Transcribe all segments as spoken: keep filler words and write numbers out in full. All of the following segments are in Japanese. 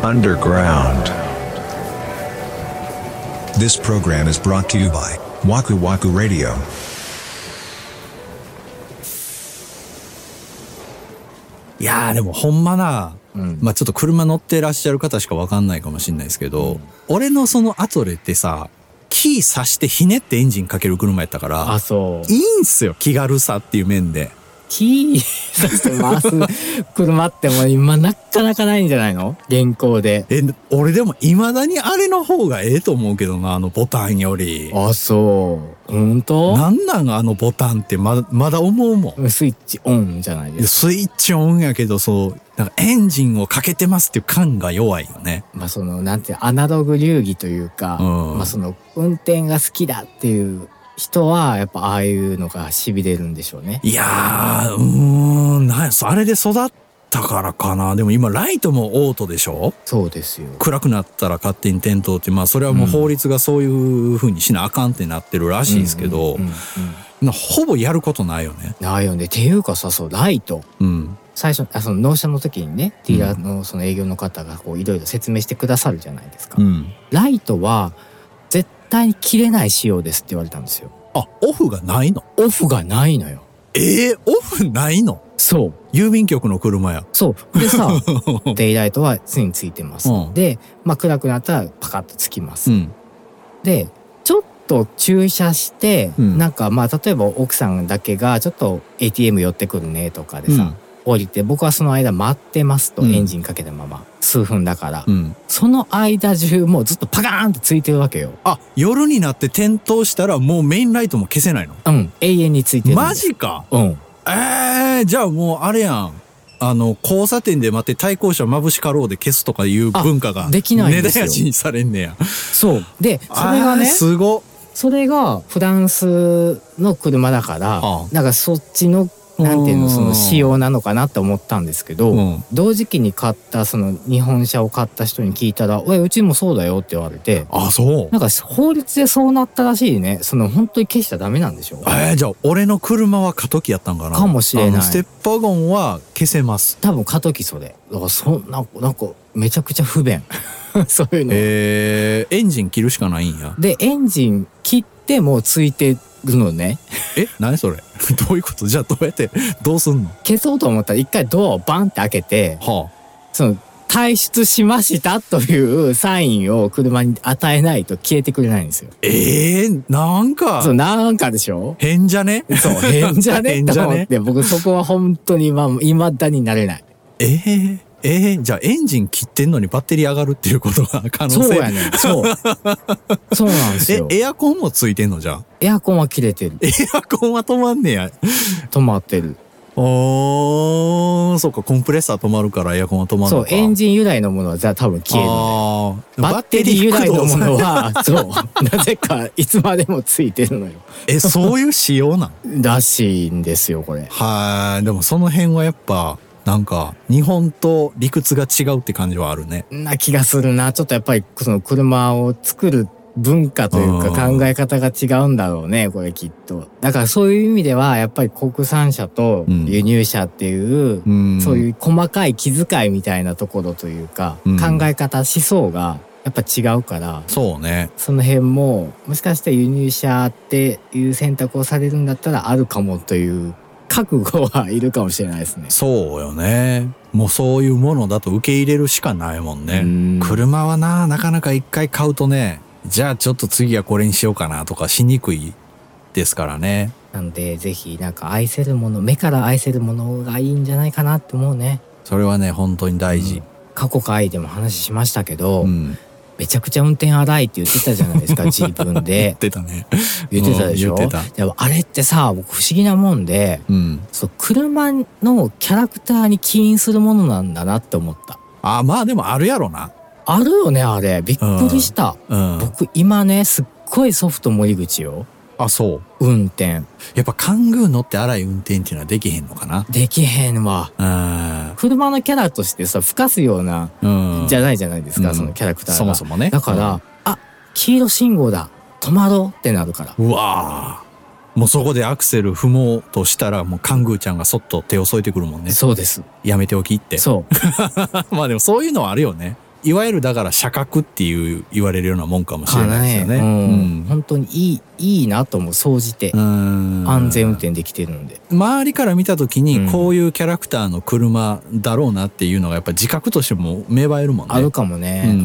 underground. This program is brought to you by Waku Waku Radio. いやーでもほんまな、うん、まあちょっと車乗ってらっしゃる方しかわかんないかもしれないですけど、うん、俺のそのアトレってさ、キーさしてひねってエンジンかける車やったから、 あ、そう。 いいんすよ、気軽さっていう面で。 キーさして回す車ってもう今なかなかないんじゃないの？現行で。 え、俺でも未だにあれの方がええと思うけどな、あのボタンより。 あ、そう。ほんと？ なんなんあのボタンってまだ、まだ思うもん。 スイッチオンじゃないですか。スイッチオンやけど、そう、なんかエンジンをかけてますっていう感が弱いよね。 まあその、なんていうアナログ流儀というか、うん、まあその、運転が好きだっていう人は、やっぱああいうのが痺れるんでしょうね。 いやー、うーん、な、あれで育ったからかな。でも今ライトもオートでしょ？ そうですよ。 暗くなったら勝手に点灯って、まあそれはもう法律がそういう風にしなあかんってなってるらしいですけど、ほぼやることないよね。 ないよね。っていうかさ、そう、ライト。うん。最初、あ、その納車の時にね、ディーラーのその営業の方がこういろいろ説明してくださるじゃないですか。うん。ライトは絶対に切れない仕様ですって言われたんですよ。 あ、オフがないの？ オフがないのよ。 えー、オフないの？ そう。 郵便局の車や。 そう。でさ、デイライトは常についてます。うん、で、まあ暗くなったらパカッとつきます。うん、で、ちょっと駐車して、うん、なんかまあ例えば奥さんだけがちょっと エーティーエム 寄ってくるねとかでさ、うん、降りて、僕はその間待ってますと、うん、エンジンかけたまま。数分だから、うん、その間中もうずっとパカーンってついてるわけよ。 あ、夜になって点灯したらもうメインライトも消せないの？ うん、永遠についてる。 マジか？ うん。 えー、じゃあもうあれやん。あの、交差点で待って対向車眩しかろうで消すとかいう文化が。 できないんですよ。 根絶やしにされんねや。 そう。で、それがね。 すご。 それがフランスの車だから、はあ、なんかそっちのなんていうのその仕様なのかなって思ったんですけど、うん、同時期に買ったその日本車を買った人に聞いたら「おい、うちもそうだよ」って言われて、 あ、そうなんか法律でそうなったらしいね。その本当に消しちゃダメなんでしょ。 えー、じゃあ俺の車は過渡期やったんかな。 かもしれない。 ステッパーゴンは消せます。 多分過渡期それ。だからそんななんかめちゃくちゃ不便そういうの。 えー、エンジン切るしかないんや。 でエンジン切ってもうついてるのね。 え、何それどういうこと？じゃあどうやってどうすんの？ 消そうと思ったら一回ドアをバンって開けて、はあ、その退出しましたというサインを車に与えないと消えてくれないんですよ。 えー、なんかそう、なんかでしょ？ 変じゃね？ そう、変じゃね変じゃね？ って僕そこは本当に今未だになれない。 えーえー、じゃあエンジン切ってんのにバッテリー上がるっていうことが可能性。 そうやね。そうそうなんですよ。 え、エアコンもついてんの？じゃあエアコンは切れてる。 エアコンは止まんねや。 止まってる。 おー、そうか、コンプレッサー止まるからエアコンは止まるのか。 そう、エンジン由来のものはじゃあ多分消えるのね。バッテリー由来のものはそうなぜかいつまでもついてるのよ。 え、そういう仕様なんらしいんですよこれ。 はい。でもその辺はやっぱなんか日本と理屈が違うって感じはあるね。 な気がするな。ちょっとやっぱりその車を作る文化というか考え方が違うんだろうね、これきっと。だからそういう意味ではやっぱり国産車と輸入車っていう、うん、そういう細かい気遣いみたいなところというか、うん、考え方思想がやっぱ違うから、 そうね。 その辺ももしかして輸入車っていう選択をされるんだったらあるかもという覚悟はいるかもしれないですね。 そうよね。もうそういうものだと受け入れるしかないもんね。ん車はな、なかなか一回買うとね、じゃあちょっと次はこれにしようかなとかしにくいですからね。 なんでぜひなんか愛せるもの、目から愛せるものがいいんじゃないかなって思うね。 それはね本当に大事。うん、 過去回でも話しましたけど、うん、めちゃくちゃ運転荒いって言ってたじゃないですか自分で。 言ってたね。 言ってたでしょ。言ってた。でもあれってさ、僕不思議なもんで、うん、そう車のキャラクターに起因するものなんだなって思った。 あ、まあでもあるやろな。 あるよねあれ。びっくりした。うんうん、僕今ねすっごいソフト森口よ。 あ、そう。 運転。 やっぱカングー乗って荒い運転っていうのはできへんのかな。 できへんわ。車のキャラとしてさ、吹かすような、うん、じゃないじゃないですか、うん、そのキャラクターが。 そもそもね。 だから、うん、あ、黄色信号だ。止まろうってなるから。 うわー。もうそこでアクセル踏もうとしたら、もうカングーちゃんがそっと手を添えてくるもんね。 そうです。 やめておきって。 そう。 まあでもそういうのはあるよね。 いわゆるだから車格っていう言われるようなもんかもしれないですよね。 ね、うんうん、 本当にいいいいなと思う、総じて安全運転できてるので、 周りから見た時にこういうキャラクターの車だろうなっていうのがやっぱ自覚としても芽生えるもんね。 あるかもね、うんうん、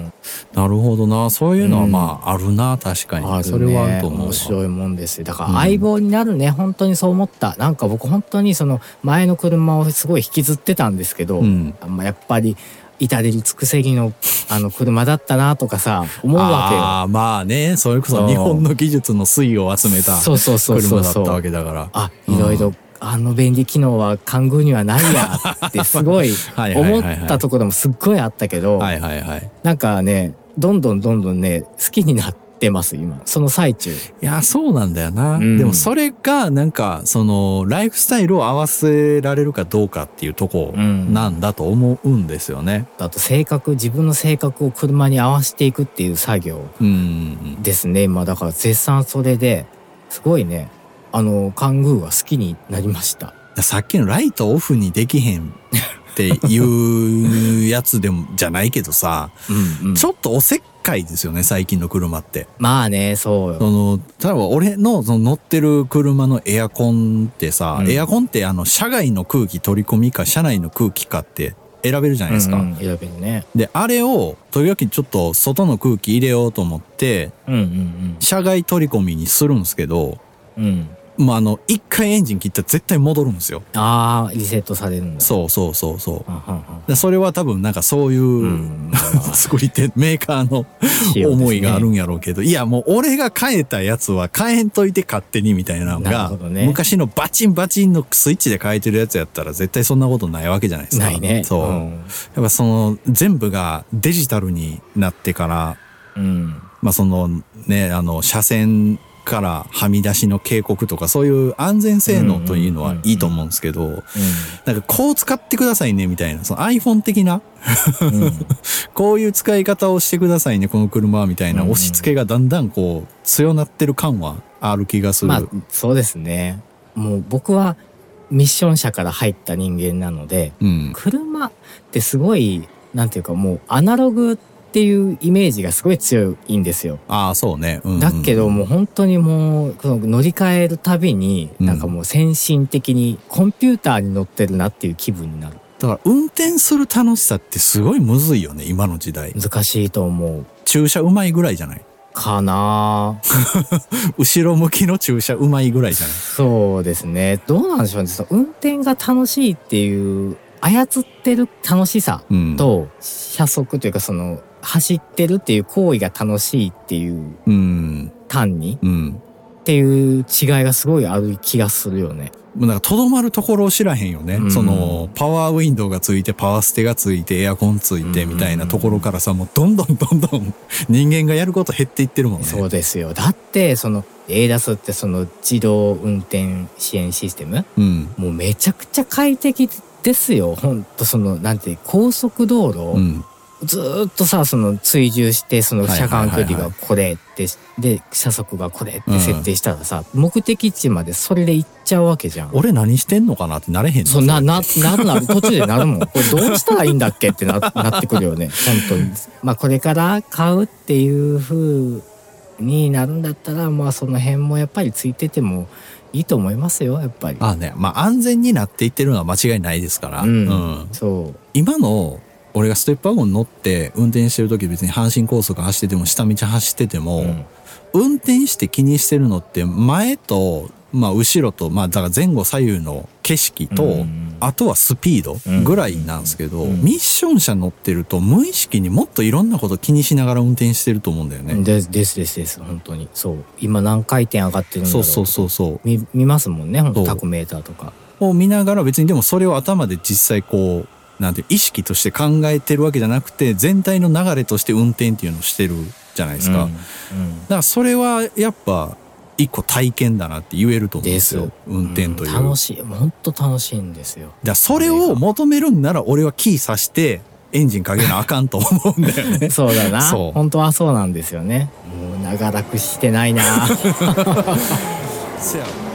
なるほどな、そういうのはまああるな、確かに、 あるね、 それはあると思う。 面白いもんですよ。だから相棒になるね、うん、本当にそう思った。なんか僕本当にその前の車をすごい引きずってたんですけど、うん、やっぱり至れり尽くせりのあの車だったなとかさ思うわけよ。 ああまあね、それこそ日本の技術の粋を集めた車だったわけだから、 あ、いろいろあの便利機能はカングーにはないやってすごい思ったところもすっごいあったけど、なんかねどんどんどんどんね好きになって出ます今その最中。いやそうなんだよな、うん、でもそれがなんかそのライフスタイルを合わせられるかどうかっていうとこなんだと思うんですよね、 うん、あと性格、自分の性格を車に合わせていくっていう作業ですね、うん、まあだから絶賛それですごいねあのカングーは好きになりました。 さっきのライトオフにできへんっていうやつでもじゃないけどさうん、うん、ちょっとおせっかいですよね最近の車って。 まあね、そうよ。 その例えば俺のその乗ってる車のエアコンってさ、うん、エアコンってあの車外の空気取り込みか車内の空気かって選べるじゃないですか、うんうん、 選べるね。 であれを時々ちょっと外の空気入れようと思って、うんうんうん、車外取り込みにするんですけど、うんまあ、あの一回エンジン切ったら絶対戻るんですよ。 ああリセットされるんだ。 そうそうそうそう、ははそれは多分なんかそういう、うん、作り手メーカーの思いがあるんやろうけど、ね、いやもう俺が変えたやつは変えんといて勝手にみたいなのが、ね、昔のバチンバチンのスイッチで変えてるやつやったら絶対そんなことないわけじゃないですか。 ないね。 そう、うん、やっぱその全部がデジタルになってから、うん、まあそのねあの車線からはみ出しの警告とかそういう安全性能というのはいいと思うんですけど、なんかこう使ってくださいねみたいな、その iPhone 的な、うん、こういう使い方をしてくださいねこの車はみたいな押し付けがだんだんこう強なってる感はある気がする。 まあそうですね。もう僕はミッション車から入った人間なので、うん、車ってすごいなんていうかもうアナログっていうイメージがすごい強いんですよ。 ああそうね、うんうん、 だけどもう本当にもうこの乗り換えるたびになんかもう先進的にコンピューターに乗ってるなっていう気分になる。 だから運転する楽しさってすごいむずいよね今の時代。 難しいと思う。 駐車うまいぐらいじゃないかな後ろ向きの駐車うまいぐらいじゃない。 そうですね。どうなんでしょうね。運転が楽しいっていう操ってる楽しさと車速というかその走ってるっていう行為が楽しいっていう、うん、単に、うん、っていう違いがすごいある気がするよね。 なんかとどまるところを知らへんよね、うん、そのパワーウィンドウがついてパワーステがついてエアコンついてみたいなところからさ、もうどんどんどんどん人間がやること減っていってるもんね。 そうですよ。だってその エーダス ってその自動運転支援システム、うん、もうめちゃくちゃ快適ですよ。ほんとそのなんて高速道路、うんずーっとさその追従してその車間距離がこれって、で車速がこれって設定したらさ、うん、目的地までそれで行っちゃうわけじゃん。 俺何してんのかなってなれへんの。 そうなななるなる途中でなるもん。これどうしたらいいんだっけってななってくるよね本当に。まあこれから買うっていう風になるんだったらまあその辺もやっぱりついててもいいと思いますよやっぱり。 ああね、まあ安全になっていってるのは間違いないですから。うん。うん、そう今の俺がステップワゴン乗って運転してる時別に阪神高速走ってても下道走ってても、うん、運転して気にしてるのって前と、まあ、後ろと、まあ、だから前後左右の景色と、うん、あとはスピードぐらいなんですけど、うん、ミッション車乗ってると無意識にもっといろんなこと気にしながら運転してると思うんだよね。 ですですですです本当にそう。今何回転上がってるんだろう。 そうそうそうそう。 見見ますもんね本当タコメーターとかを見ながら別にでもそれを頭で実際こうなんて意識として考えてるわけじゃなくて全体の流れとして運転っていうのをしてるじゃないですか、うんうん、だからそれはやっぱ一個体験だなって言えると思うんですよ運転という、 うん、楽しい本当楽しいんですよ。だからそれを求めるんなら俺はキーさしてエンジンかけなあかんと思うんだよねそうだなそう本当はそうなんですよね。もう長らくしてないなそや